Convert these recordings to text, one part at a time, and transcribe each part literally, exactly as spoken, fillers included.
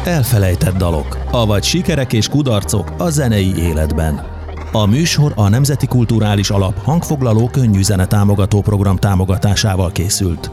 Elfelejtett dalok, avagy sikerek és kudarcok a zenei életben. A műsor a Nemzeti Kulturális Alap hangfoglaló könnyű zene támogató program támogatásával készült.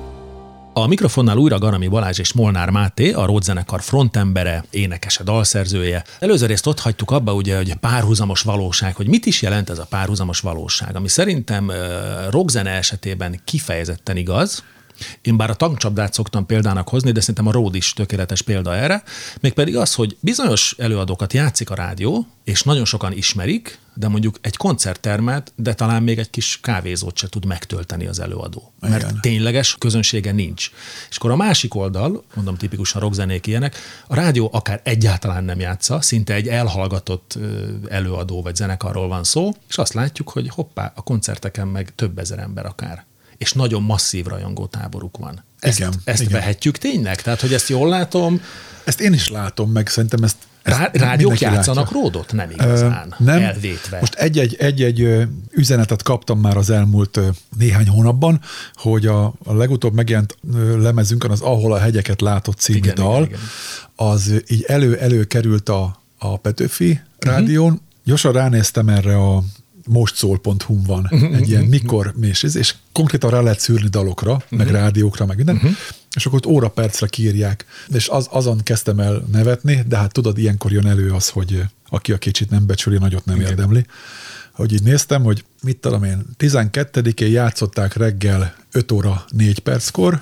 A mikrofonnál újra Garami Balázs és Molnár Máté, a Ród zenekar frontembere, énekese, dalszerzője. Előző részt ott hagytuk abba, ugye, hogy párhuzamos valóság, hogy mit is jelent ez a párhuzamos valóság, ami szerintem uh, rockzene esetében kifejezetten igaz. Én bár a tankcsapdát szoktam példának hozni, de szerintem a Ród is tökéletes példa erre, mégpedig az, hogy bizonyos előadókat játszik a rádió, és nagyon sokan ismerik, de mondjuk egy koncerttermet, de talán még egy kis kávézót se tud megtölteni az előadó. Mert igen, tényleges közönsége nincs. És akkor a másik oldal, mondom tipikusan rockzenék ilyenek, a rádió akár egyáltalán nem játsza, szinte egy elhallgatott előadó vagy zenekarról van szó, és azt látjuk, hogy hoppá, a koncerteken meg több ezer ember akár. És nagyon masszív rajongó táboruk van. Ezt, igen, ezt igen. vehetjük tényleg? Tehát, hogy ezt jól látom? Ezt én is látom, meg szerintem ezt, ezt Rá, rádiók játszanak látja. Ródot? Nem igazán. Ö, nem. Elvétve. Most egy-egy, egy-egy üzenetet kaptam már az elmúlt néhány hónapban, hogy a, a legutóbb megjelent lemezünkön az Ahol a hegyeket látott című igen, dal, igen, igen. az így elő-elő került a, a Petőfi uh-huh. rádión. Gyorsan ránéztem erre a mostszól pont hu van uh-huh, egy ilyen uh-huh. mikor mésiz, és konkrétan rá lehet szűrni dalokra, uh-huh. meg rádiókra, meg minden, uh-huh. és akkor ott óra-percre kiírják. És az, azon kezdtem el nevetni, de hát tudod, ilyenkor jön elő az, hogy aki a kicsit nem becsüli, nagyot nem igen. érdemli. Hogy így néztem, hogy mit tudom én, tizenkettedikén játszották reggel öt óra négy perckor,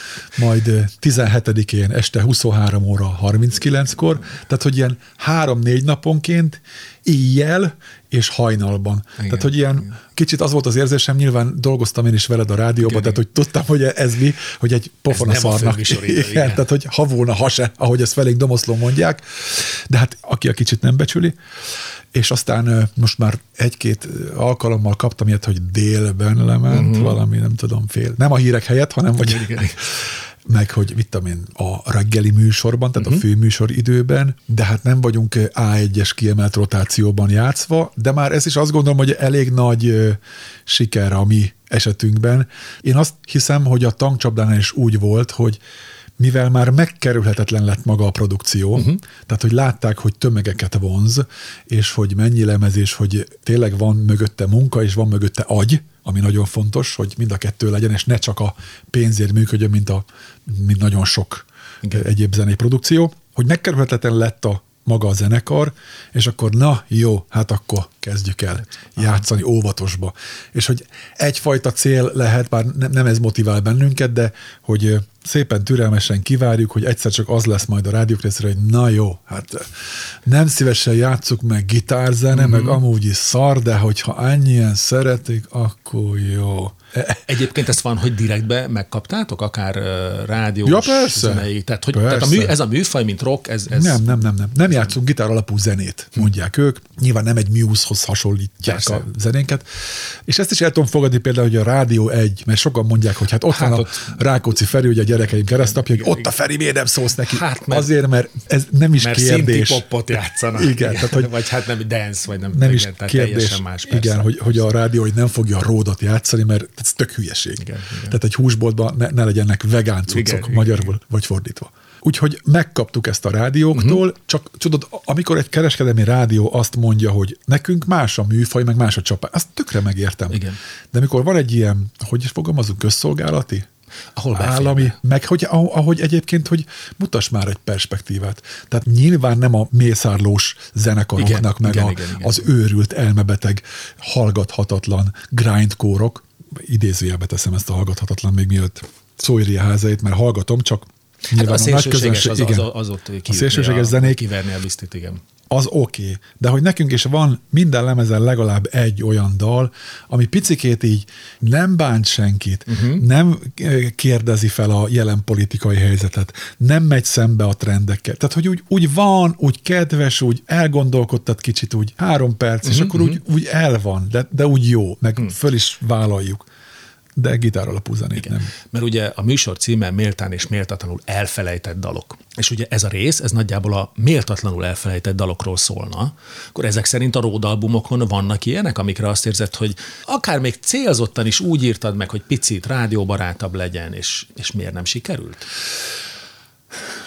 majd tizenhetedikén este huszonhárom óra harminckilenckor, tehát hogy ilyen három-négy naponként éjjel és hajnalban. Igen, tehát, hogy ilyen igen. kicsit az volt az érzésem, nyilván dolgoztam én is veled a rádióban, igen, tehát, hogy tudtam, hogy ez mi, hogy egy pofona szarnak. Igen, igen. Tehát, hogy ha volna, ha se, ahogy ezt felénk domoszlón mondják, de hát aki a kicsit nem becsüli, és aztán most már egy-két alkalommal kaptam ilyet, hogy délben lement uh-huh. valami, nem tudom, fél. Nem a hírek helyett, hanem vagy igen. meg, hogy mit tudom én, a reggeli műsorban, tehát uh-huh. a főműsor időben, de hát nem vagyunk á egyes kiemelt rotációban játszva, de már ez is azt gondolom, hogy elég nagy uh, siker a mi esetünkben. Én azt hiszem, hogy a tankcsapdánál is úgy volt, hogy mivel már megkerülhetetlen lett maga a produkció, uh-huh. tehát, hogy látták, hogy tömegeket vonz, és hogy mennyi lemez, és hogy tényleg van mögötte munka, és van mögötte agy, ami nagyon fontos, hogy mind a kettő legyen, és ne csak a pénzért működjön, mint, a, mint nagyon sok igen. egyéb zenei produkció, hogy megkerülhetetlen lett a maga a zenekar, és akkor na jó, hát akkor kezdjük el játszani óvatosba. És hogy egyfajta cél lehet, bár nem ez motivál bennünket, de hogy szépen türelmesen kivárjuk, hogy egyszer csak az lesz majd a rádiók részére, hogy na jó, hát nem szívesen játsszuk meg gitárzene, uh-huh. meg amúgy is szar, de hogyha ennyien szeretik, akkor jó. Egyébként ezt van, hogy direktbe megkaptátok, akár uh, rádiós ja, persze. zenei? Tehát, hogy, tehát a mű, ez a műfaj, mint rock, ez... ez... Nem, nem, nem, nem. Nem játszunk gitár alapú zenét, mondják ők. Nyilván nem egy Muse-hoz hasonlítják persze. a zenénket. És ezt is el tudom fogadni például, hogy a Rádió egy, mert sokan mondják, hogy hát ott hát van ott... a Rákóczi Feri, ugye a gyerekeim keresztapja, hogy ott a Feri, miért nem szólsz neki? Hát, mert, azért, mert ez nem is mert kérdés. Mert szinti popot játszanak. Igen, igen. Tehát, hogy vagy hát nem dance, vagy nem, nem is igen, kérdés. Más, igen, hogy, hogy a rádió hogy nem fogja a Ródot játszani, mert ez tök hülyeség. Igen, igen. Tehát egy húsboltban ne, ne legyenek vegán cuccok, igen, magyarul, igen. vagy fordítva. Úgyhogy megkaptuk ezt a rádióktól, uh-huh. csak tudod, amikor egy kereskedelmi rádió azt mondja, hogy nekünk más a műfaj, meg más a csapás, azt tökre megértem. Igen. De amikor van egy ilyen, hogy is fogalmazunk, közszolgálati, ahol állami, meg hogy, ahogy egyébként, hogy mutass már egy perspektívát. Tehát nyilván nem a mészárlós zenekaroknak, igen, meg igen, a, igen, igen. az őrült, elmebeteg, hallgathatatlan grindcore-ok, idézőjelbe teszem ezt a hallgathatatlan, még mielőtt Szóirja házait, mert hallgatom, csak hát a szélsőséges az, az, az ott a szélsőséges zenék, kiverni a lisztit, igen. Az oké, okay. De hogy nekünk is van minden lemezen legalább egy olyan dal, ami picikét így nem bánt senkit, uh-huh. nem kérdezi fel a jelen politikai helyzetet, nem megy szembe a trendekkel. Tehát, hogy úgy, úgy van, úgy kedves, úgy elgondolkodtat kicsit, úgy három perc, uh-huh. és akkor úgy, úgy el van, de, de úgy jó, meg uh-huh. föl is vállaljuk. De gitár alapú zenét nem. Mert ugye a műsor címe Méltán és méltatlanul elfelejtett dalok. És ugye ez a rész, ez nagyjából a méltatlanul elfelejtett dalokról szólna. Akkor ezek szerint a Ród albumokon vannak ilyenek, amikre azt érzed, hogy akár még célzottan is úgy írtad meg, hogy picit rádióbarátabb legyen, és, és miért nem sikerült?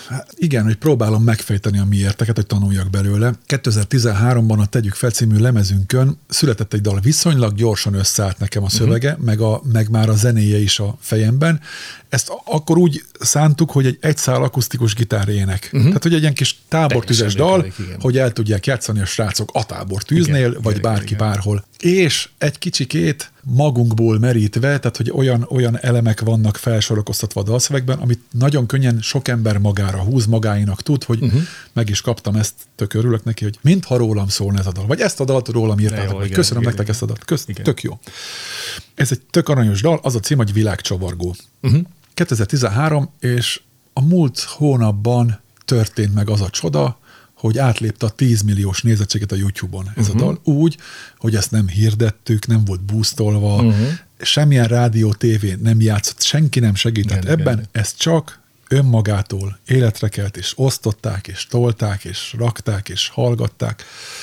Hát igen, hogy próbálom megfejteni a miérteket, hogy tanuljak belőle. kétezer-tizenháromban a Tegyük fel című lemezünkön született egy dal, viszonylag gyorsan összeállt nekem a szövege, uh-huh. meg, a, meg már a zenéje is a fejemben. Ezt akkor úgy szántuk, hogy egy egyszál akusztikus gitárének. Uh-huh. Tehát, hogy egy ilyen kis tábortüzes dal, működik, hogy el tudják játszani a srácok a tábortűznél, igen, vagy igen, bárki igen. bárhol. És egy kicsikét magunkból merítve, tehát, hogy olyan, olyan elemek vannak felsorokoztatva a dalszövegben, amit nagyon könnyen sok ember magára húz, magáinak tud, hogy uh-huh. meg is kaptam ezt, tök örülök neki, hogy mintha rólam szólna ez a dal, vagy ezt a dalt rólam írtátok, vagy köszönöm igen, nektek igen. ezt a dalt, Kösz, tök jó. Ez egy tök aranyos dal, az a cím, hogy Világcsavargó. Uh-huh. kétezer-tizenhárom, és a múlt hónapban történt meg az a csoda, hogy átlépte a tíz milliós nézettséget a YouTube-on ez uh-huh. a dal, úgy, hogy ezt nem hirdettük, nem volt boostolva, uh-huh. semmilyen rádió, tévé nem játszott, senki nem segített igen, ebben, igen. ez csak önmagától életre kelt, és osztották, és tolták, és rakták, és hallgatták,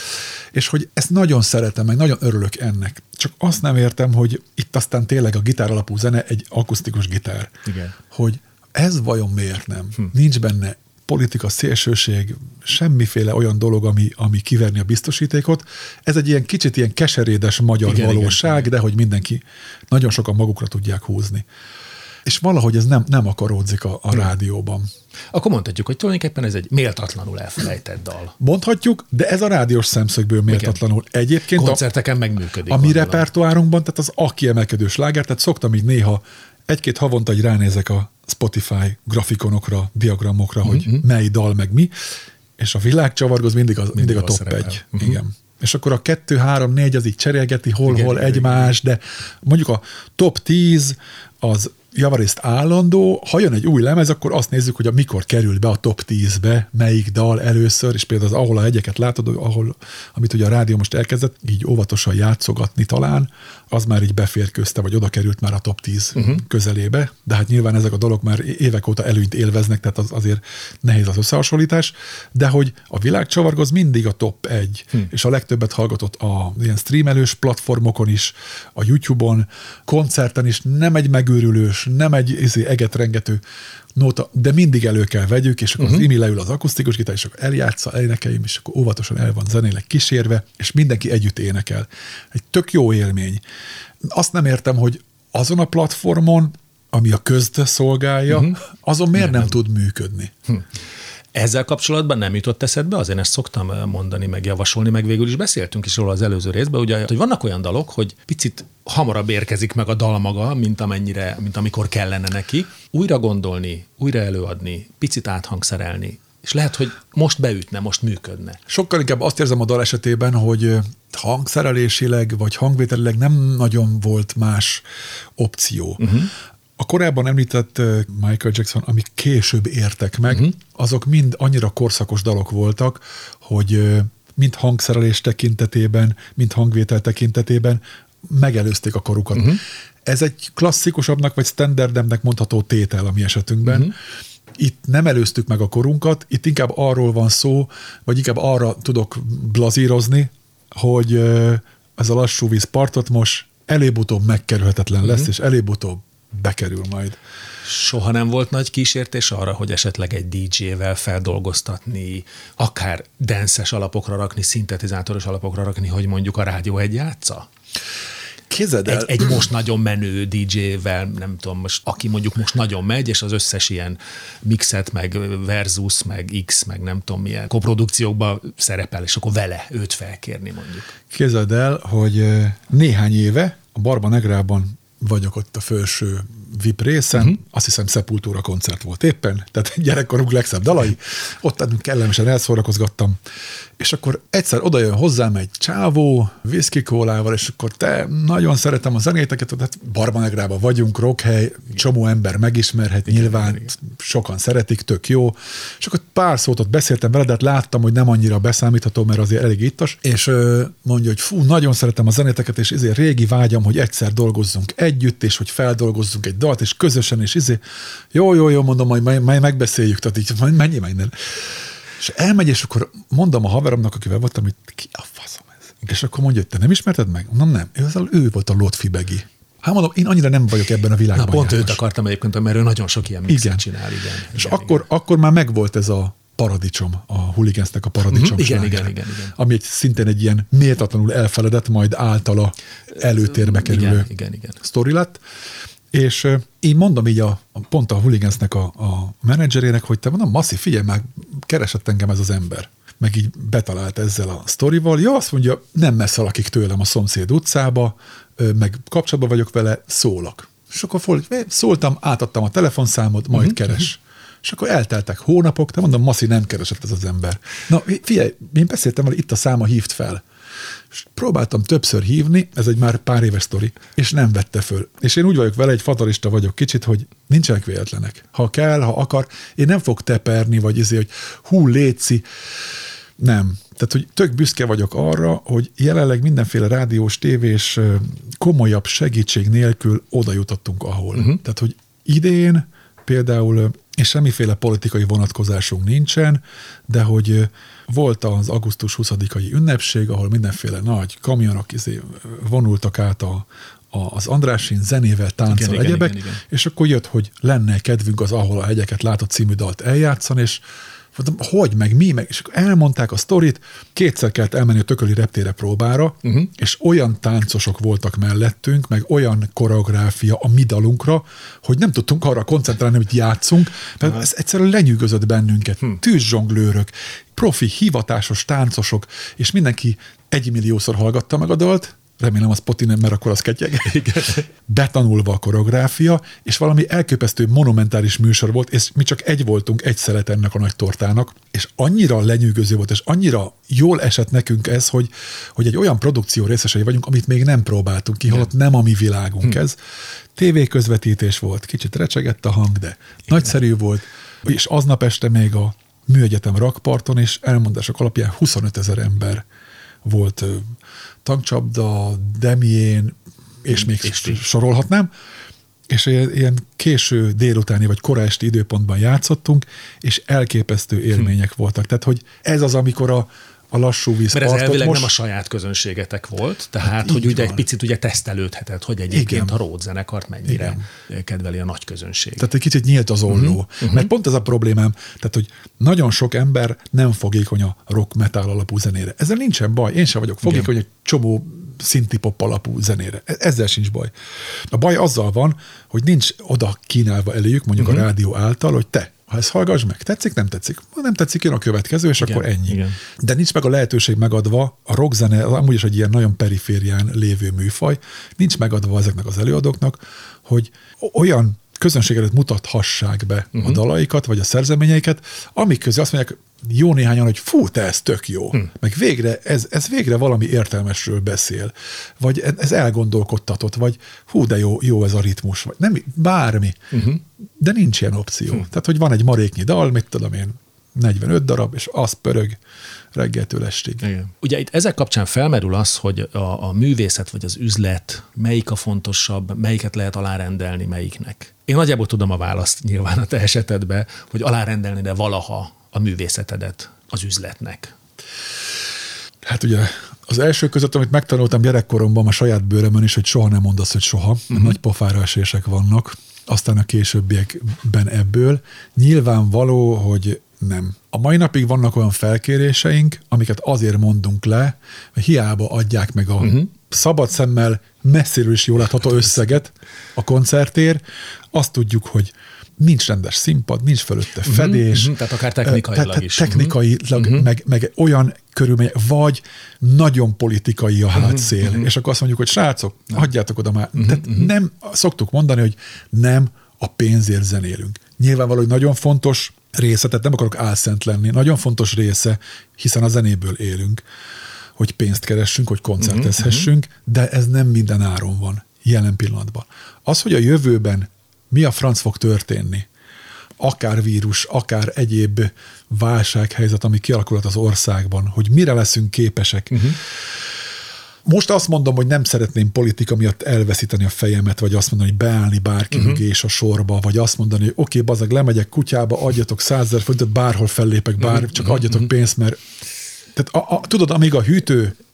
és hogy ezt nagyon szeretem, meg nagyon örülök ennek. Csak azt nem értem, hogy itt aztán tényleg a gitár alapú zene egy akusztikus gitár. Igen. Hogy ez vajon miért nem? Hm. Nincs benne politika, szélsőség, semmiféle olyan dolog, ami, ami kiverni a biztosítékot. Ez egy ilyen kicsit ilyen keserédes magyar igen, valóság, igen, de hogy mindenki, nagyon sokan magukra tudják húzni. És valahogy ez nem, nem akaródzik a, a rádióban. Akkor mondhatjuk, hogy tulajdonképpen ez egy méltatlanul elfelejtett dal. Mondhatjuk, de ez a rádiós szemszögből méltatlanul. Igen. Egyébként koncerteken a, megműködik. A mi repertoárunkban, tehát az a kiemelkedő sláger, tehát szoktam így néha egy-két havonta, hogy ránézek a Spotify grafikonokra, diagramokra, uh-huh. hogy mely dal meg mi, és a Világcsavargó az mindig, az, mindig, mindig a top szerepel. egy. Uh-huh. Igen. És akkor a kettő, három, négy az így cserélgeti hol-hol egymás, de mondjuk a top tíz az javarészt állandó, ha jön egy új lemez, akkor azt nézzük, hogy a mikor kerül be a top tízbe, melyik dal először, és például az Ahol a hegyeket látod, ahol, amit ugye a rádió most elkezdett, így óvatosan játszogatni talán, az már így beférkőzte, vagy oda került már a top tíz uh-huh. közelébe, de hát nyilván ezek a dolgok már évek óta előnyt élveznek, tehát az azért nehéz az összehasonlítás, de hogy a Világcsavargó az mindig a top egy, hmm. és a legtöbbet hallgatott a ilyen streamelős platformokon is, a YouTube-on, koncerten is, nem egy megőrülős, nem egy izé, egetrengető nóta, de mindig elő kell vegyük, és akkor uh-huh. az Imi leül az akusztikus gitár, és akkor eljátsza, elénekeim, és akkor óvatosan el van zenéleg kísérve, és mindenki együtt énekel. Egy tök jó élmény. Azt nem értem, hogy azon a platformon, ami a közt szolgálja, uh-huh. azon miért nem, nem tud működni? Hm. Ezzel kapcsolatban nem jutott eszedbe, azért ezt szoktam mondani, meg javasolni, meg végül is beszéltünk is róla az előző részben, ugye, hogy vannak olyan dalok, hogy picit hamarabb érkezik meg a dal maga, mint amennyire, mint amikor kellene neki. Újra gondolni, újra előadni, picit áthangszerelni, és lehet, hogy most beütne, most működne. Sokkal inkább azt érzem a dal esetében, hogy hangszerelésileg, vagy hangvételileg nem nagyon volt más opció. Uh-huh. A korábban említett Michael Jackson, amik később értek meg, uh-huh. azok mind annyira korszakos dalok voltak, hogy mind hangszerelés tekintetében, mind hangvétel tekintetében megelőzték a korukat. Uh-huh. Ez egy klasszikusabbnak vagy standardebbnek mondható tétel a mi esetünkben. Uh-huh. Itt nem előztük meg a korunkat, itt inkább arról van szó, vagy inkább arra tudok blazírozni, hogy ez a lassú víz partot most előbb-utóbb megkerülhetetlen lesz, uh-huh. és előbb-utóbb bekerül majd. Soha nem volt nagy kísértés arra, hogy esetleg egy dé dzsével feldolgoztatni, akár dances alapokra rakni, szintetizátoros alapokra rakni, hogy mondjuk a Rádió egy játsza? Képzeld el. Egy, egy most nagyon menő dé dzsével, nem tudom, most, aki mondjuk most nagyon megy, és az összes ilyen mixet, meg Versus, meg X, meg nem tudom milyen koprodukciókban szerepel, és akkor vele őt felkérni mondjuk. Képzeld el, hogy néhány éve a Barba Negrában vagyok ott a felső vé i pé részen, uh-huh. azt hiszem Sepultura koncert volt éppen, tehát gyerekkorunk legszebb dalai, ott kellemesen elszórakozgattam, és akkor egyszer oda jön hozzám egy csávó, whisky kólával, és akkor te, nagyon szeretem a zenéteket, tehát Barba Negrában vagyunk, rockhely, csomó ember megismerhet, igen, nyilván igen. sokan szeretik, tök jó, és akkor pár szót ott beszéltem vele, de hát láttam, hogy nem annyira beszámítható, mert azért elég ittas, és mondja, hogy fú, nagyon szeretem a zenéteket, és ezért régi vágyam, hogy egyszer dolgozzunk együtt, és hogy feldolgozzunk egy dalt, és közösen, és izé, jó, jó, jó, mondom, majd, majd megbeszéljük, tehát így mennyi minden. És elmegy, és akkor mondom a haveromnak, akivel voltam, hogy ki a faszom ez? És akkor mondja, hogy te nem ismerted meg? Mondom, nem. Ő, az a, ő volt a Lotfi Begi. Hát mondom, én annyira nem vagyok ebben a világban. Na, pont János. őt akartam egyébként, mert ő nagyon sok ilyen mixet csinál. Igen. És igen, akkor, igen. akkor már megvolt ez a paradicsom, a Hooligans-nek a paradicsom. Uh-huh. Igen, sláger, igen, igen, igen. Ami egy szintén egy ilyen méltatlanul elfeledett, majd általa előtérbe kerülő igen, igen, igen. sztori lett. És uh, én mondom így a, a pont a Hooligans-nek a, a menedzserének, hogy te mondom, Massi, figyelj már, keresett engem ez az ember. Meg így betalált ezzel a sztorival. Ja, azt mondja, nem messze lakik tőlem a szomszéd utcába, meg kapcsolatban vagyok vele, szólok. És akkor fordít, szóltam, átadtam a telefonszámot, majd uh-huh. keres. És akkor elteltek hónapok, de mondom, Massi, nem keresett ez az ember. Na, figyelj, én beszéltem vele, itt a száma, hívd fel. És próbáltam többször hívni, ez egy már pár éves sztori, és nem vette föl. És én úgy vagyok vele, egy fatalista vagyok kicsit, hogy nincsenek véletlenek. Ha kell, ha akar, én nem fog teperni, vagy izé, hogy hú, léci. Nem. Tehát, hogy tök büszke vagyok arra, hogy jelenleg mindenféle rádiós, tévés, komolyabb segítség nélkül oda jutottunk, ahol. Uh-huh. Tehát, hogy idén például, és semmiféle politikai vonatkozásunk nincsen, de hogy volt az augusztus huszadikai ünnepség, ahol mindenféle nagy kamionok izé vonultak át a, a, az Andrássyn zenével, tánccal, igen, egyebek, igen, igen, igen. És akkor jött, hogy lenne kedvünk az Ahol a hegyeket látott című dalt eljátszani, és mondtam, hogy, meg mi, meg, és akkor elmondták a sztorit, kétszer kellett elmenni a Tököli reptére próbára, uh-huh. és olyan táncosok voltak mellettünk, meg olyan koreográfia a mi dalunkra, hogy nem tudtunk arra koncentrálni, hogy játszunk, mert uh-huh. ez egyszerűen lenyűgözött bennünket. Hmm. Tűzzsonglőrök, profi, hivatásos táncosok, és mindenki egymilliószor hallgatta meg a dalt, remélem a Spotify nem, mert akkor az ketyeg. Betanulva a koreográfia, és valami elképesztő monumentális műsor volt, és mi csak egy voltunk, egy szelet ennek a nagy tortának, és annyira lenyűgöző volt, és annyira jól esett nekünk ez, hogy, hogy egy olyan produkció részesei vagyunk, amit még nem próbáltunk ki, holott nem a mi világunk hmm. ez. Tévéközvetítés volt, kicsit recsegett a hang, de igen. Nagyszerű volt, és aznap este még a Műegyetem rakparton, és elmondások alapján huszonötezer ember volt tankcsapda, demién, és még és sorolhatnám, és ilyen késő délutáni vagy kora esti időpontban játszottunk, és elképesztő élmények hm. voltak. Tehát, hogy ez az, amikor a, a lassú víz Mert ez elvileg most... nem a saját közönségetek volt, tehát, hát hogy ugye van. Egy picit ugye tesztelődhetett, hogy egyébként igen. a Ród zenekart mennyire igen. kedveli a nagy közönség. Tehát egy kicsit nyílt az olló. Uh-huh. Uh-huh. Mert pont ez a problémám, tehát, hogy nagyon sok ember nem fogékony a rock metal alapú zenére. Ezzel nincsen baj. Én sem vagyok fogékony egy csomó szinti-pop alapú zenére. Ezzel sincs baj. A baj azzal van, hogy nincs oda kínálva eléjük, mondjuk uh-huh. a rádió által, hogy te, ha ezt hallgass meg, tetszik, nem tetszik. Ha nem tetszik, jön a következő, és igen, akkor ennyi. Igen. De nincs meg a lehetőség megadva, a rockzene amúgy is egy ilyen nagyon periférián lévő műfaj, nincs megadva ezeknek az előadóknak, hogy olyan közönség előtt mutathassák be uh-huh. a dalaikat, vagy a szerzeményeiket, amik közé azt mondják, jó néhányan, hogy fú, te ez tök jó. Hmm. Meg végre, ez, ez végre valami értelmesről beszél. Vagy ez elgondolkodtatott, vagy hú, de jó, jó ez a ritmus. Vagy nem, bármi. Uh-huh. De nincs ilyen opció. Hmm. Tehát, hogy van egy maréknyi dal, mit tudom én, negyvenöt darab, és az pörög reggeltől estig. Igen. Ugye itt ezek kapcsán felmerül az, hogy a, a művészet vagy az üzlet melyik a fontosabb, melyiket lehet alárendelni melyiknek. Én nagyjából tudom a választ nyilván a te esetedben, hogy alárendelni, de valaha a művészetedet az üzletnek. Hát ugye az első között, amit megtanultam gyerekkoromban a saját bőrömön is, hogy soha nem mondasz, hogy soha. Uh-huh. Nagy pofára esések vannak. Aztán a későbbiekben ebből. Nyilvánvaló, hogy nem. A mai napig vannak olyan felkéréseink, amiket azért mondunk le, hogy hiába adják meg a uh-huh. szabad szemmel messziről is jól látható összeget a koncertért. Azt tudjuk, hogy nincs rendes színpad, nincs fölötte fedés. Uh-huh, tehát akár technikailag tehát is. Technikailag, uh-huh. meg, meg olyan körülmények, vagy nagyon politikai a hátszél. Uh-huh. És akkor azt mondjuk, hogy srácok, adjátok oda már. Uh-huh. Tehát nem, szoktuk mondani, hogy nem a pénzért zenélünk. Nyilvánvaló, hogy nagyon fontos része, tehát nem akarok álszent lenni, nagyon fontos része, hiszen a zenéből élünk, hogy pénzt keressünk, hogy koncertezhessünk, uh-huh. de ez nem minden áron van jelen pillanatban. Az, hogy a jövőben mi a franc fog történni, akár vírus, akár egyéb válsághelyzet, ami kialakulhat az országban, hogy mire leszünk képesek. Uh-huh. Most azt mondom, hogy nem szeretném politika miatt elveszíteni a fejemet, vagy azt mondani, hogy beállni bárki uh-huh. mögé és a sorba, vagy azt mondani, hogy oké, okay, bazeg, lemegyek kutyába, adjatok százezer forintot, bárhol fellépek, bár, uh-huh. csak adjatok uh-huh. pénzt, mert tehát a, a, tudod, amíg a hűtő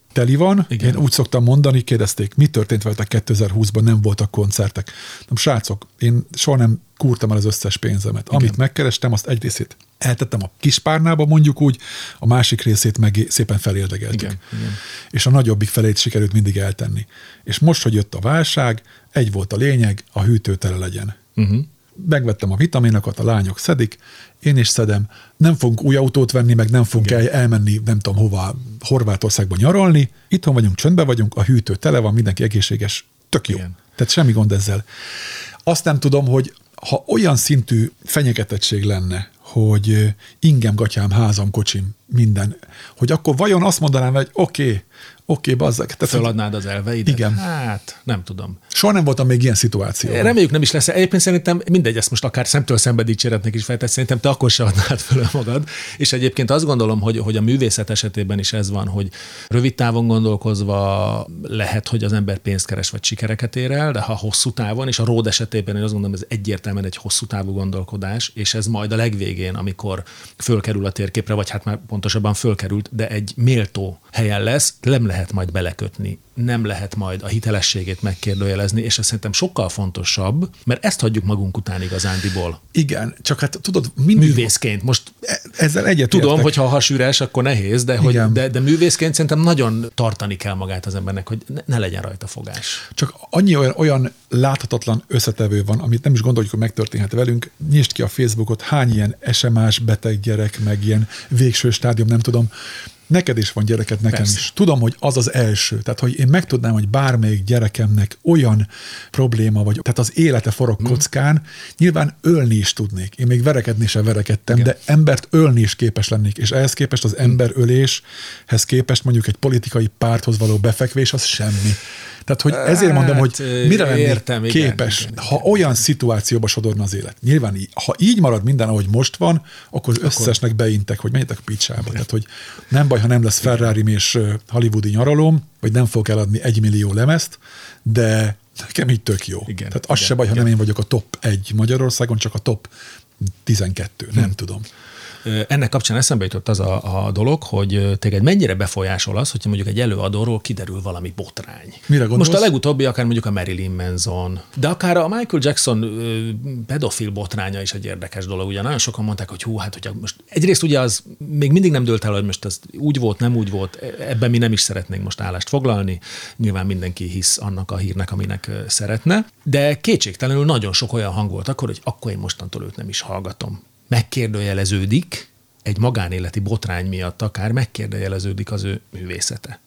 teli van. Igen. Én úgy szoktam mondani, kérdezték, mi történt veletek kétezer-húszban, nem voltak koncertek. Nem, srácok, én soha nem kúrtam el az összes pénzemet. Igen. Amit megkerestem, azt egy részét eltettem a kispárnába, mondjuk úgy, a másik részét meg szépen felérdegeltük. Igen. Igen. És a nagyobbik felét sikerült mindig eltenni. És most, hogy jött a válság, egy volt a lényeg, a hűtő tele legyen. Uh-huh. Megvettem a vitaminokat, a lányok szedik, én is szedem, nem fogunk új autót venni, meg nem fogunk el, elmenni, nem tudom hova, Horvátországba nyaralni, itthon vagyunk, csöndben vagyunk, a hűtő tele van, mindenki egészséges, tök jó. Igen. Tehát semmi gond ezzel. Azt nem tudom, hogy ha olyan szintű fenyegetettség lenne, hogy ingem, gatyám, házam, kocsim, minden, hogy akkor vajon azt mondanám, hogy oké, okay, oké, okay, bazzak. Föladnád az elveidet? Igen. Hát, nem tudom. Soha nem voltam még ilyen szituáció. Reméljük nem is lesz. Egyébként szerintem mindegy, ezt most akár szemtől szembe dicséretnek is feltett, szerintem te akkor se adnád föl magad. És egyébként azt gondolom, hogy, hogy a művészet esetében is ez van, hogy rövid távon gondolkozva lehet, hogy az ember pénzt keres vagy sikereket ér el, de ha hosszú távon, és a Ród esetében én azt gondolom, ez egyértelműen egy hosszú távú gondolkodás, és ez majd a legvégén, amikor fölkerül a térképre, vagy hát már pontosabban fölkerült, de egy méltó helyen lesz, nem lehet majd belekötni, nem lehet majd a hitelességét megkérdőjelezni, és ez szerintem sokkal fontosabb, mert ezt hagyjuk magunk után igazándiból. Igen, csak hát tudod, mindig... Művészként. Most ezzel egyet tudom, értek. hogy ha hasüres, akkor nehéz, de, hogy, de, de művészként szerintem nagyon tartani kell magát az embernek, hogy ne, ne legyen rajta fogás. Csak annyi olyan, olyan láthatatlan összetevő van, amit nem is gondoljuk, hogy megtörténhet velünk. Nyisd ki a Facebookot, hány ilyen es em es beteg gyerek, meg ilyen végső stádium, nem tudom. Neked is van gyereket, nekem Persze. is. Tudom, hogy az az első. Tehát, hogy én megtudnám, hogy bármelyik gyerekemnek olyan probléma vagy, tehát az élete forog kockán, mm. nyilván ölni is tudnék. Én még verekedni sem verekedtem, Igen. de embert ölni is képes lennék. És ehhez képest az emberöléshez képest mondjuk egy politikai párthoz való befekvés, az semmi. Tehát, hogy ezért mondom, hogy mire lennék értem, képes, igen, igen, ha igen. olyan szituációba sodorna az élet. Nyilván, ha így marad minden, ahogy most van, akkor az összesnek beintek, hogy menjetek a picsába. Igen. Tehát, hogy nem baj, ha nem lesz Ferrari és hollywoodi nyaralom, vagy nem fogok eladni egy millió lemezt, de nekem így tök jó. Igen, Tehát az igen, se baj, ha igen. nem én vagyok a top egy Magyarországon, csak a top tizenkettő, hm. nem tudom. Ennek kapcsán eszembe jutott az a, a dolog, hogy téged mennyire befolyásol az, hogyha mondjuk egy előadóról kiderül valami botrány. Mire gondolsz? Most a legutóbbi akár mondjuk a Marilyn Manson, de akár a Michael Jackson pedofil botránya is egy érdekes dolog. Ugye nagyon sokan mondták, hogy hú, hát hogyha most egyrészt ugye az még mindig nem dőlt el, hogy most az úgy volt, nem úgy volt, ebben mi nem is szeretnénk most állást foglalni. Nyilván mindenki hisz annak a hírnek, aminek szeretne, de kétségtelenül nagyon sok olyan hang volt akkor, hogy akkor én mostantól őt nem is hallgatom. Megkérdőjeleződik, egy magánéleti botrány miatt akár megkérdőjeleződik az ő művészete.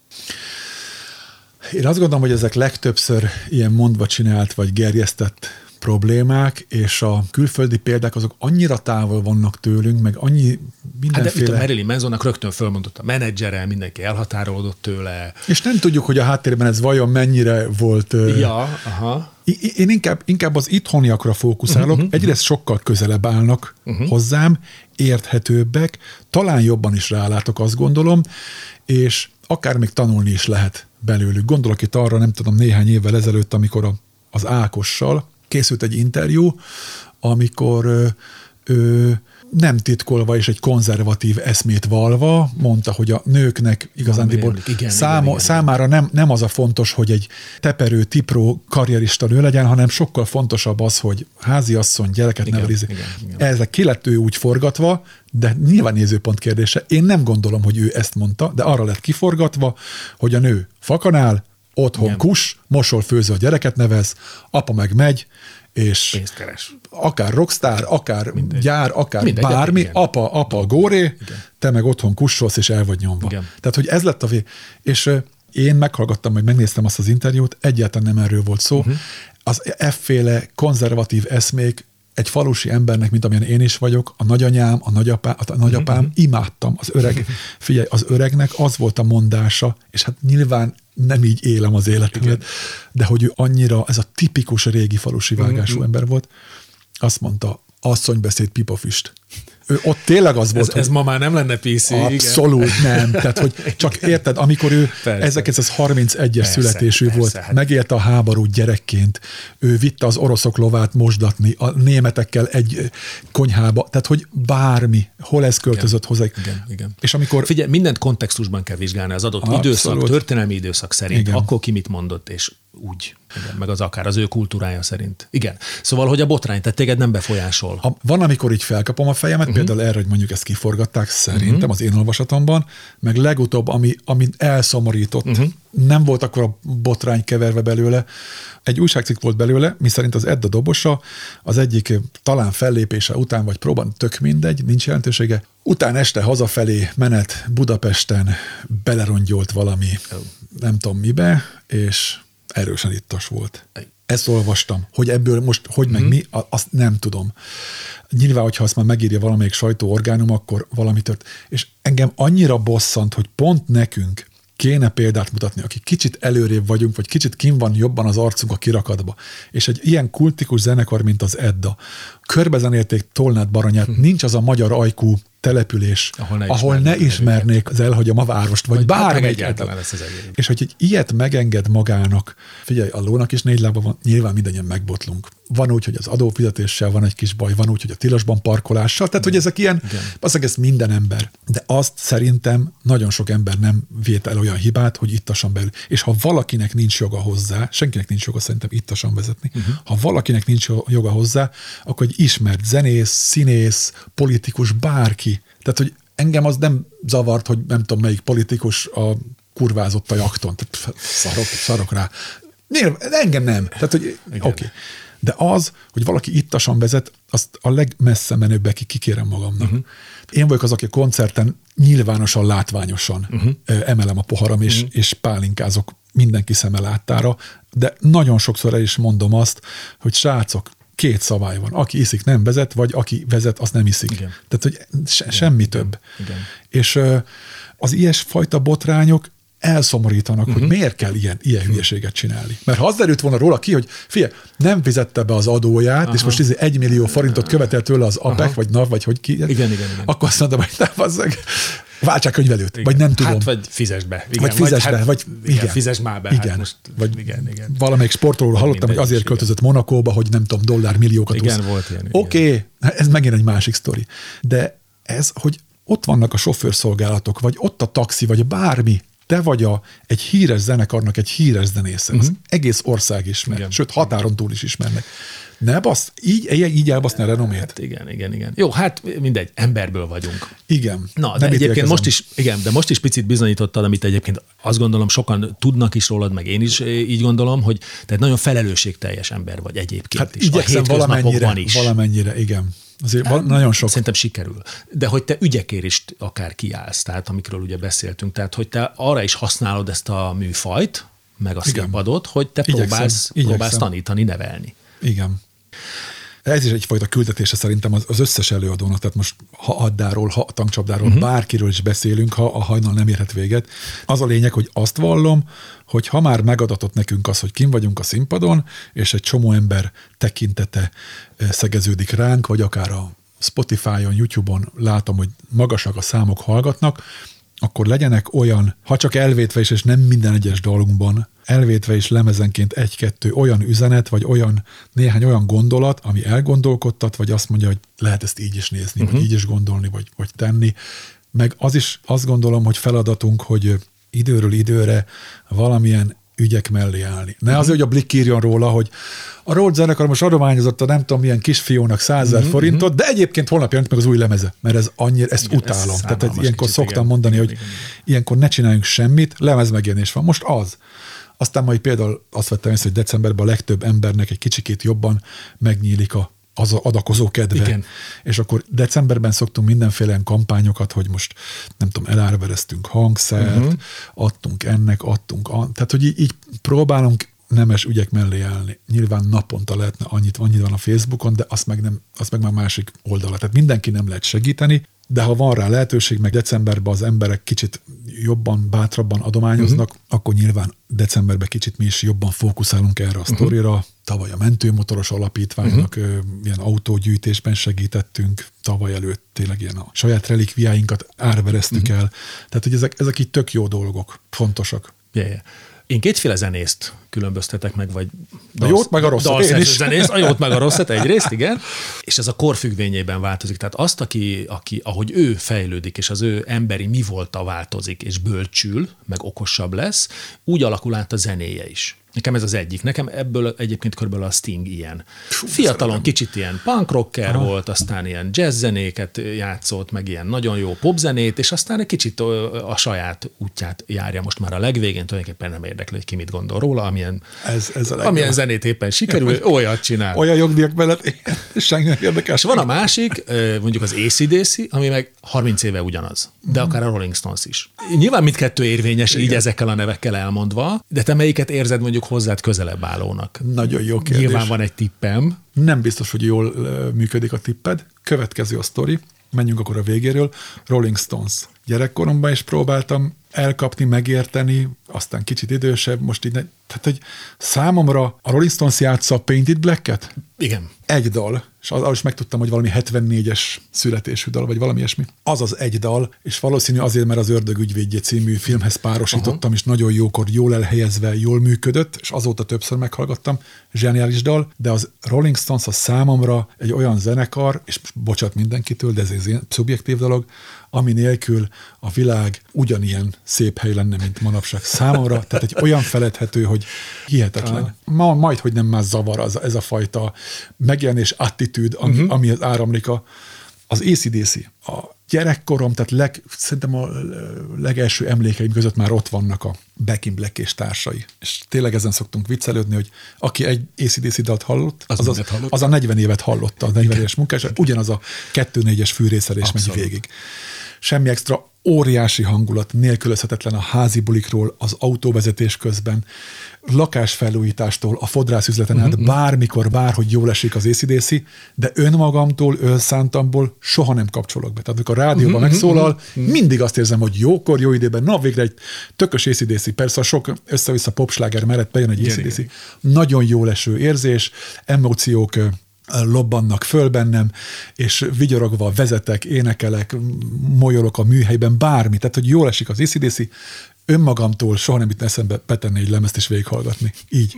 Én azt gondolom, hogy ezek legtöbbször ilyen mondva csinált vagy gerjesztett problémák, és a külföldi példák azok annyira távol vannak tőlünk, meg annyi mindenféle... Hát de itt a Marilyn Mansonnak rögtön fölmondott a menedzsere, mindenki elhatárolódott tőle. És nem tudjuk, hogy a háttérben ez vajon mennyire volt... Ja, aha. Én inkább, inkább az itthoniakra fókuszálok, uh-huh, egyrészt sokkal közelebb állnak uh-huh. hozzám, érthetőbbek, talán jobban is rálátok, azt gondolom, és akár még tanulni is lehet belőlük. Gondolok itt arra, nem tudom, néhány évvel ezelőtt, amikor a, az Ákossal készült egy interjú, amikor ö, ö, nem titkolva és egy konzervatív eszmét valva mondta, hogy a nőknek igazándiból száma, számára nem, nem az a fontos, hogy egy teperő, tipró karrierista nő legyen, hanem sokkal fontosabb az, hogy háziasszony, gyereket neveliz. Ezek ki lett ő úgy forgatva, de nyilván nézőpont kérdése. Én nem gondolom, hogy ő ezt mondta, de arra lett kiforgatva, hogy a nő fakanál, otthon igen. kus, mosol, főző, a gyereket nevez, apa meg megy, és akár rockstar, akár mindegy. gyár, akár mindegy, bármi, igen. apa, apa a góré, igen. te meg otthon kussolsz, és el vagy nyomva. Igen. Tehát, hogy ez lett a vé... És uh, én meghallgattam, meg megnéztem azt az interjút, egyáltalán nem erről volt szó. Uh-huh. Az efféle konzervatív eszmék egy falusi embernek, mint amilyen én is vagyok, a nagyanyám, a nagyapám, a nagyapám uh-huh. imádtam, az öreg. Figyelj, az öregnek az volt a mondása, és hát nyilván nem így élem az életemet, igen. de hogy ő annyira, ez a tipikus régi falusi vágású uh-huh. ember volt, azt mondta, asszonybeszéd pipafüst. ott tényleg az volt, ez, ez ma már nem lenne pé cé. Abszolút igen. nem. Tehát, hogy csak érted, amikor ő ezerkilencszázharmincegyes születésű persze, volt, hát. megélte a háborút gyerekként, ő vitte az oroszok lovát mosdatni, a németekkel egy konyhába, tehát, hogy bármi, hol ez költözött hozzá. Igen, igen. És amikor... Figyelj, mindent kontextusban kell vizsgálni, az adott abszolút. időszak, történelmi időszak szerint, igen. akkor ki mit mondott, és úgy. Igen, meg az akár az ő kultúrája szerint. Igen. Szóval, hogy a botrány, tehát téged nem befolyásol. A, van, amikor így felkapom a fejemet, uh-huh. például erre, hogy mondjuk ezt kiforgatták szerintem uh-huh. az én olvasatomban, meg legutóbb, ami, ami elszomorított, uh-huh. nem volt akkor a botrány keverve belőle. Egy újságcikk volt belőle, miszerint az Edda dobosa az egyik talán fellépése után, vagy próbán, tök mindegy, nincs jelentősége. Után este hazafelé menet Budapesten belerongyolt valami, nem tudom mibe, és erősen ittas volt. Ezt olvastam, hogy ebből most hogy meg mm. mi, azt nem tudom. Nyilván, hogyha azt már megírja valamelyik sajtóorgánum, akkor valami tört. És engem annyira bosszant, hogy pont nekünk kéne példát mutatni, akik kicsit előrébb vagyunk, vagy kicsit kim van jobban az arcunk a kirakatba. És egy ilyen kultikus zenekar, mint az Edda, körbezenélték Tolnát Baranyát, hm. nincs az a magyar ajkú település, ahol ne, ahol ne ismernék az Elhagyom a várost, vagy, vagy bármelyik. És hogy egy ilyet megenged magának, figyelj, a lónak is négy lába van, nyilván mindannyian megbotlunk. Van úgy, hogy az adófizetéssel van egy kis baj, van úgy, hogy a tilosban parkolással, tehát hogy ezek ilyen, azok ez minden ember. De azt szerintem nagyon sok ember nem vét el olyan hibát, hogy ittasan belül. És ha valakinek nincs joga hozzá, senkinek nincs joga szerintem ittasan vezetni, uh-huh. ha valakinek nincs joga hozzá, akkor egy ismert zenész, színész, politikus, bárki. Tehát, hogy engem az nem zavart, hogy nem tudom, melyik politikus a kurvázott a jakton. Tehát szarok, szarok rá. Nyilván, engem nem. Tehát, hogy oké. Okay. De az, hogy valaki ittasan vezet, azt a legmessze menőbbekig kikérem magamnak. Uh-huh. Én vagyok az, aki a koncerten nyilvánosan, látványosan uh-huh. emelem a poharam, és, uh-huh. és pálinkázok mindenki szeme láttára, de nagyon sokszor el is mondom azt, hogy srácok, két szabály van. Aki iszik, nem vezet, vagy aki vezet, az nem iszik. Igen. Tehát, hogy se, igen, semmi igen, több. Igen. És az ilyesfajta botrányok elszomorítanak, uh-huh. hogy miért kell ilyen, ilyen uh-huh. hülyeséget csinálni. Mert ha az derült volna róla ki, hogy figyelj, nem fizette be az adóját, aha. és most egy millió forintot követel tőle az á pé e ká, vagy NAV, vagy hogy ki, igen, igen, igen. akkor azt mondom, hogy nem, azzag, váltsák könyvelőt, igen. vagy nem tudom. Hát, vagy fizesd be. Igen, vagy fizesd be, hát, vagy igen. igen. Fizesd már be. Igen. Hát most, vagy igen, igen. valamelyik sportról hallottam, hogy azért költözött Monakóba, hogy nem tudom, dollár milliókat igen, úsz. volt ilyen. Oké, okay, ez megint egy másik sztori. De ez, hogy ott vannak a sofőrszolgálatok, vagy ott a taxi, vagy bármi, te vagy a, egy híres zenekarnak egy híres zenésze. Uh-huh. Egész ország ismer, igen. sőt határon túl is ismernek. Ne basz, így, így elbaszni a renomét. Hát igen, igen, igen. Jó, hát mindegy, emberből vagyunk. Igen. Na, de egyébként most is, igen, de most is picit bizonyítottad, amit egyébként azt gondolom sokan tudnak is rólad, meg én is így gondolom, hogy te nagyon felelősségteljes ember vagy egyébként hát is. Igyekszem valamennyire, is. valamennyire, igen. Azért hát, nagyon sok. Szerintem sikerül. De hogy te ügyekért is akár kiállsz, tehát amikről ugye beszéltünk, tehát hogy te arra is használod ezt a műfajt, meg a színpadot, hogy te igyekszem, próbálsz, igyekszem. próbálsz tanítani, nevelni. Igen. Ez is egyfajta küldetése szerintem az, az összes előadónak, tehát most ha Addáról, ha tankcsapdáról, uh-huh. bárkiről is beszélünk, ha a hajnal nem érhet véget. Az a lényeg, hogy azt vallom, hogy ha már megadatott nekünk az, hogy kim vagyunk a színpadon, és egy csomó ember tekintete szegeződik ránk, vagy akár a Spotify-on, YouTube-on látom, hogy magasak a számok hallgatnak, akkor legyenek olyan, ha csak elvétve is, és nem minden egyes dalunkban, elvétve is lemezenként egy-kettő olyan üzenet, vagy olyan néhány olyan gondolat, ami elgondolkodtat, vagy azt mondja, hogy lehet ezt így is nézni, uh-huh. vagy így is gondolni, vagy, vagy tenni. Meg az is azt gondolom, hogy feladatunk, hogy időről időre valamilyen ügyek mellé állni. Ne azért, hogy a Blick írjon róla, hogy a Road zenekar most adományozott a nem tudom milyen kisfiúnak százezer uh-huh, forintot, uh-huh. de egyébként holnap jelent meg az új lemeze, mert ez annyira, ezt igen, utálom. Ez Tehát ilyenkor kicsit, szoktam igen, mondani, igen, hogy igen, igen. ilyenkor ne csináljunk semmit, lemez megjelenés van. Most az. Aztán majd például azt vettem észre, hogy decemberben a legtöbb embernek egy kicsikét jobban megnyílik a az adakozó kedve. Igen. És akkor decemberben szoktunk mindenféle kampányokat, hogy most nem tudom, elárvereztünk hangszert, uh-huh. adtunk ennek, adtunk, a, tehát hogy így, így próbálunk nemes ügyek mellé állni. Nyilván naponta lehetne annyit, annyit van a Facebookon, de azt meg, nem, azt meg már másik oldala. Tehát mindenki nem lehet segíteni, de ha van rá lehetőség, meg decemberben az emberek kicsit jobban, bátrabban adományoznak, uh-huh. akkor nyilván decemberben kicsit mi is jobban fókuszálunk erre a sztorira. Uh-huh. Tavaly a mentőmotoros alapítványnak uh-huh. ilyen autógyűjtésben segítettünk, tavaly előtt tényleg ilyen a saját relikviáinkat árvereztük uh-huh. el. Tehát, hogy ezek, ezek így tök jó dolgok, fontosak. Yeah, yeah. Én kétféle zenészt különböztetek meg, vagy a jót meg a rosszat, én is. Zenészt, a jót meg a rosszat egyrészt, igen, és ez a kor függvényében változik. Tehát azt, aki, aki, ahogy ő fejlődik, és az ő emberi mi volta változik, és bölcsül, meg okosabb lesz, úgy alakul át a zenéje is. Nekem ez az egyik. Nekem ebből egyébként körülbelül a Sting ilyen. Fú, fiatalon szerintem. Kicsit ilyen punk rocker Aha. volt, aztán ilyen jazz zenéket játszott, meg ilyen nagyon jó popzenét, és aztán egy kicsit a saját útját járja most már a legvégén, tulajdonképpen nem érdekli, hogy ki mit gondol róla, amilyen, ez, ez a amilyen zenét éppen sikerül, ja, olyat csinál. Olyan jogdíjak mellett senki nem érdekel. És van a másik, mondjuk az á cé dé cé, ami meg harminc éve ugyanaz, de mm. akár a Rolling Stones is. Nyilván mindkettő érvényes, igen. így ezekkel a nevekkel elmondva, de te melyiket érzed mondjuk hozzád közelebb állónak? Nagyon jó kérdés. Nyilván van egy tippem. Nem biztos, hogy jól működik a tipped. Következő a sztori. Menjünk akkor a végéről. Rolling Stones. Gyerekkoromban is próbáltam elkapni, megérteni, aztán kicsit idősebb, most így ne... Tehát, hogy számomra a Rolling Stones játsza a Painted Black-et? Igen. Egy dal, és arról is megtudtam, hogy valami hetvennégyes születésű dal, vagy valami ilyesmi. Az az egy dal, és valószínű azért, mert az Ördög ügyvédje című filmhez párosítottam, Aha. és nagyon jókor, jól elhelyezve, jól működött, és azóta többször meghallgattam. Zseniális dal, de az Rolling Stones a számomra egy olyan zenekar, és bocsánat mindenkitől, de ez egy szubjektív dolog, ami nélkül a világ ugyanilyen szép hely lenne, mint manapság számomra. Tehát egy olyan feledhető, hogy hihetetlen. Ma majd, hogy nem már zavar az, ez a fajta megjelenés attitűd, ami, uh-huh. ami az áramlik a, az á cé dé cé. A gyerekkorom, tehát leg, szerintem a legelső emlékeim között már ott vannak a Back in Black és társai. És tényleg ezen szoktunk viccelődni, hogy aki egy á cé dé cé dalt hallott, az, az, az, hallott. az a negyven évet hallotta, a negyven éves munkás, ugyanaz a kettő négyes fűrészelés megy végig. Semmi extra, óriási hangulat, nélkülözhetetlen a házi bulikról, az autóvezetés közben, lakásfelújítástól, a fodrászüzleten át, uh-huh. bármikor, bárhogy jól esik az á cé dé cé, de önmagamtól, önszántamból soha nem kapcsolok be. Tehát amikor a rádióban uh-huh. megszólal, uh-huh. mindig azt érzem, hogy jókor, jó időben, na végre egy tökös á cé dé cé, persze a sok össze-vissza popsláger mellett bejön egy á cé dé cé. Nagyon jól eső érzés, emóciók lobbannak föl bennem, és vigyorogva vezetek, énekelek, molyolok a műhelyben, bármi. Tehát, hogy jól esik az á cé dé cé, önmagamtól soha nem itt eszembe betenni egy lemezt és végighallgatni. Így.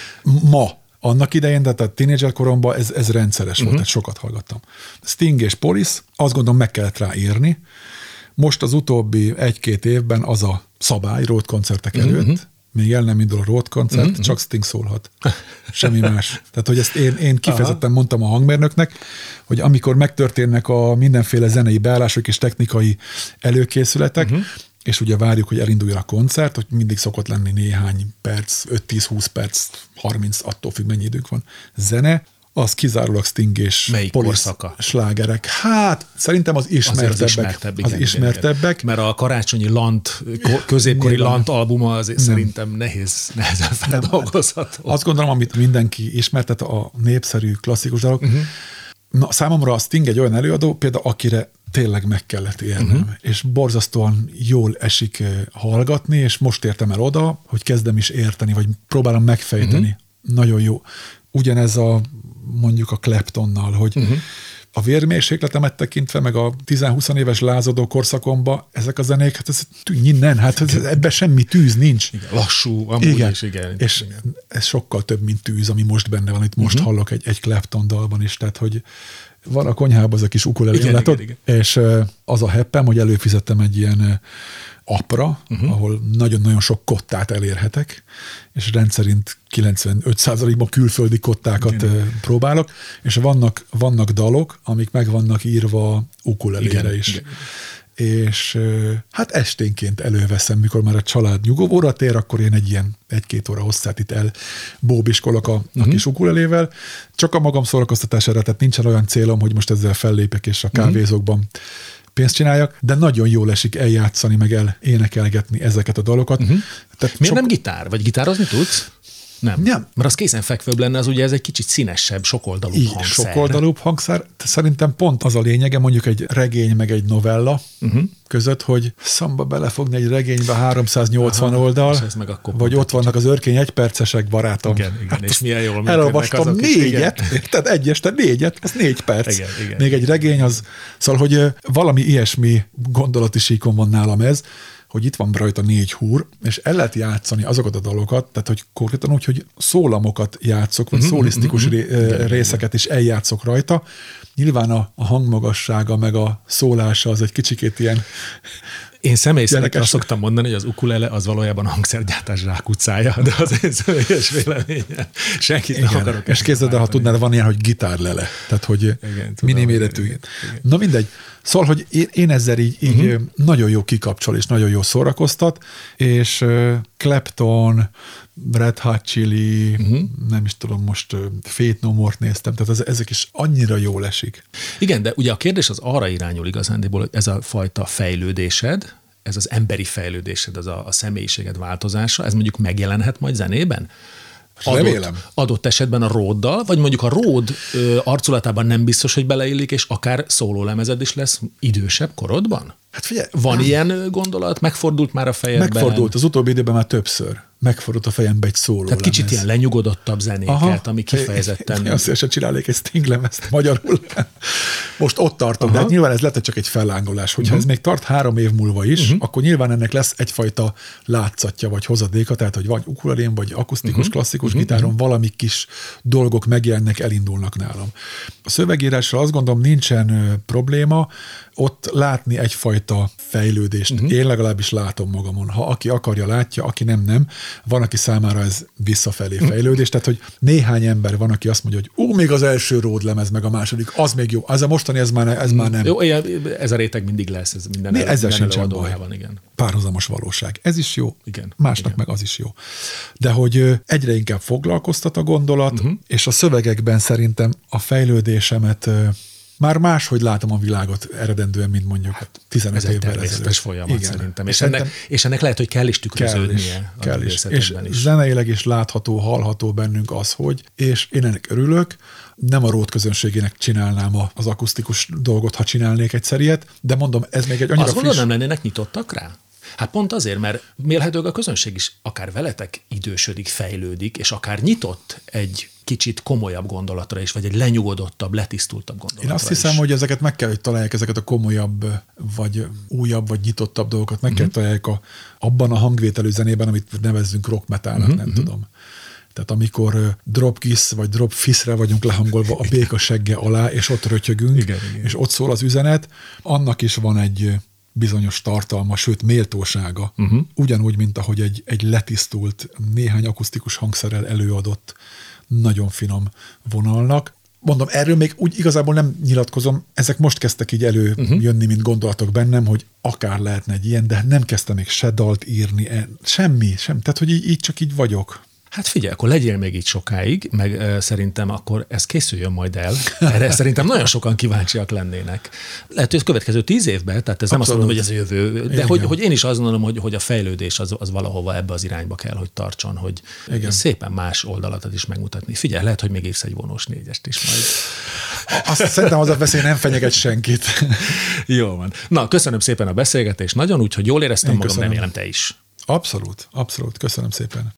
Ma, annak idején, de tehát tínédzser koromban ez, ez rendszeres uh-huh. volt, tehát sokat hallgattam. Sting és Police, azt gondolom meg kellett rá írni. Most az utóbbi egy-két évben az a szabály road koncertek előtt, uh-huh. még el nem indul a road koncert, uh-huh. csak Sting szólhat. Semmi más. Tehát, hogy ezt én, én kifejezetten Aha. mondtam a hangmérnöknek, hogy amikor megtörténnek a mindenféle zenei beállások és technikai előkészületek, uh-huh. és ugye várjuk, hogy elinduljon a koncert, hogy mindig szokott lenni néhány perc, öt-tíz-húsz perc, harminc, attól függ, mennyi időnk van. Zene, az kizárólag Sting és Police slágerek. Hát, szerintem az ismertebbek. Az, ismertebb, igen, az ismertebbek. Igen, mert a karácsonyi Lant, középkori Lant albuma az szerintem nehéz, nehezen feldolgozható. Azt gondolom, amit mindenki ismertet, a népszerű klasszikus dalok. Uh-huh. Na, számomra a Sting egy olyan előadó, például akire tényleg meg kellett élnem, uh-huh. és borzasztóan jól esik hallgatni, és most értem el oda, hogy kezdem is érteni, vagy próbálom megfejteni. Uh-huh. Nagyon jó. Ugyanez a mondjuk a Claptonnal, hogy uh-huh. a vérmérsékletemet tekintve, meg a tíz-húsz éves lázadó korszakomba, ezek a zenék, hát ez innen, hát ez, ebben semmi tűz nincs. Igen, lassú, amúgy igen. is, igen. És igen. ez sokkal több, mint tűz, ami most benne van, itt most uh-huh. hallok egy, egy Clapton dalban is, tehát hogy van a konyhában az a kis ukulelén, látod? Igen, igen. És az a heppem, hogy előfizettem egy ilyen apra, uh-huh. ahol nagyon-nagyon sok kottát elérhetek, és rendszerint kilencvenöt százalékban külföldi kottákat igen. próbálok, és vannak, vannak dalok, amik meg vannak írva ukulelére is. Igen. És hát esténként előveszem, mikor már a család nyugovóra tér, akkor én egy ilyen egy-két óra hosszát itt elbóbiskolok a, uh-huh. a kis ukulelével. Csak a magam szórakoztatására, tehát nincsen olyan célom, hogy most ezzel fellépek és a kávézókban uh-huh. pénzt csináljak, de nagyon jól esik eljátszani, meg el énekelgetni ezeket a dalokat. Uh-huh. Tehát miért sok... nem gitár? Vagy gitározni tudsz? Nem. nem. Mert az kézenfekvőbb lenne, az ugye ez egy kicsit színesebb, sokoldalúbb Így, hangszer. Sokoldalúbb hangszer. Szerintem pont az a lényege, mondjuk egy regény, meg egy novella, uh-huh. között, hogy szamba belefogni egy regénybe háromszáznyolcvan Aha, oldal, vagy ott vannak az örkény egypercesek, barátom. Igen, igen, hát és milyen jól elolvastam négyet, is, tehát egy este négyet, az négy perc. Igen, igen, Még egy regény az, szóval, hogy valami ilyesmi gondolati síkon van nálam ez, hogy itt van rajta négy húr, és el lehet játszani azokat a dalokat, tehát hogy konkrétan úgy, hogy szólamokat játszok, vagy uh-huh, szólisztikus uh-huh, ré- részeket is eljátszok rajta. Nyilván a, a hangmagassága, meg a szólása az egy kicsikét ilyen... Én személy szerint azt szoktam mondani, hogy az ukulele az valójában a hangszergyártás zsákutcája, de az én személyes véleményem. Senkit nem akarok. És képzeld el, ha tudnád, van ilyen, hogy gitárlele. Tehát, hogy mini méretű. Na mindegy. Szóval, hogy én, én ezzel így, így uh-huh. nagyon jó kikapcsol, és nagyon jó szórakoztat, és uh, Clapton, Red Hot Chili, uh-huh. nem is tudom, most uh, Faith No More-t néztem, tehát ez, ezek is annyira jól esik. Igen, de ugye a kérdés az arra irányul igazándiból, hogy ez a fajta fejlődésed, ez az emberi fejlődésed, az a, a személyiséged változása, ez mondjuk megjelenhet majd zenében? Adott, adott esetben a Róddal, vagy mondjuk a Ród ö, arculatában nem biztos, hogy beleillik, és akár szólólemezed is lesz idősebb korodban? Hát figyelj, van nem. ilyen gondolat? Megfordult már a fejedben? Megfordult, az utóbbi időben már többször. Megfordult a fejembe egy szóló Tehát kicsit lemez. Ilyen lenyugodottabb zenéket, Aha. ami kifejezetten... Én azt szívesen csinálnék egy Sting lemezt magyarul. Most ott tartok, Aha. de hát nyilván ez lehet csak egy fellángolás. Hogyha uh-huh. ez még tart három év múlva is, uh-huh. akkor nyilván ennek lesz egyfajta látszatja, vagy hozadéka, tehát hogy vagy ukulelén, vagy akusztikus, uh-huh. klasszikus uh-huh. gitáron valami kis dolgok megjelennek, elindulnak nálam. A szövegírásra azt gondolom nincsen ö, probléma, ott látni egyfajta fejlődést. Uh-huh. Én legalábbis látom magamon. Ha aki akarja, látja, aki nem, nem. Van, aki számára ez visszafelé fejlődés, tehát, hogy néhány ember van, aki azt mondja, hogy ó, még az első Ród lemez, meg a második, az még jó. Az a mostani, ez már, ez már nem. Jó, ez a réteg mindig lesz, ez minden, el, ezzel minden sincsen baj. Van, igen. Párhuzamos valóság. Ez is jó, igen, másnak igen. meg az is jó. De hogy egyre inkább foglalkoztat a gondolat, uh-huh. és a szövegekben szerintem a fejlődésemet már máshogy látom a világot eredendően, mint mondjuk hát tizenöt évvel ezelőtt. Ez egy természetes folyamat Igen. szerintem. És, és, ennek, és ennek lehet, hogy kell is tükröződnie. Kell is. Kell is. És is. Zeneileg is látható, hallható bennünk az, hogy, és én ennek örülök, nem a Ród közönségének csinálnám az akusztikus dolgot, ha csinálnék egyszer ilyet, de mondom, ez még egy annyira Azt friss... gondolom, nem lennének nyitottak rá? Hát pont azért, mert mérhetőleg a közönség is akár veletek idősödik, fejlődik, és akár nyitott egy kicsit komolyabb gondolatra is, vagy egy lenyugodottabb, letisztultabb gondolatra Én azt hiszem, is. hogy ezeket meg kell, hogy találják, ezeket a komolyabb, vagy újabb, vagy nyitottabb dolgokat meg uh-huh. kell találják a, abban a hangvételű zenében, amit nevezzünk rock metalnak, uh-huh. nem uh-huh. tudom. Tehát amikor uh, drop kiss, vagy drop fissre vagyunk lehangolva a béka segge alá, és ott rötyögünk, igen, igen. és ott szól az üzenet, annak is van egy bizonyos tartalma, sőt méltósága, uh-huh. ugyanúgy, mint ahogy egy, egy letisztult, néhány akusztikus hangszerrel előadott, nagyon finom vonalnak. Mondom, erről még úgy igazából nem nyilatkozom, ezek most kezdtek így előjönni, uh-huh. mint gondolatok bennem, hogy akár lehetne egy ilyen, de nem kezdtem még se dalt írni, semmi, sem. Tehát, hogy így, így csak így vagyok. Hát figyelj, akkor legyél még így sokáig, meg uh, szerintem akkor ez készüljön majd el. Erre szerintem nagyon sokan kíváncsiak lennének. Lehet, hogy a következő tíz évben, tehát ez Abszolút. Nem azt mondom, hogy ez a jövő, de hogy, hogy én is azt gondolom, hogy, hogy a fejlődés az, az valahova ebbe az irányba kell, hogy tartson, hogy Igen. szépen más oldalatot is megmutatni. Figyelj, lehet, hogy még írsz egy vonós négyest is majd. Azt szerintem az a veszély nem fenyeget senkit. Jó van. Na, köszönöm szépen a beszélgetést nagyon, úgyhogy jól éreztem én magam, köszönöm. Remélem te is. Abszolút, abszolút. Köszönöm szépen.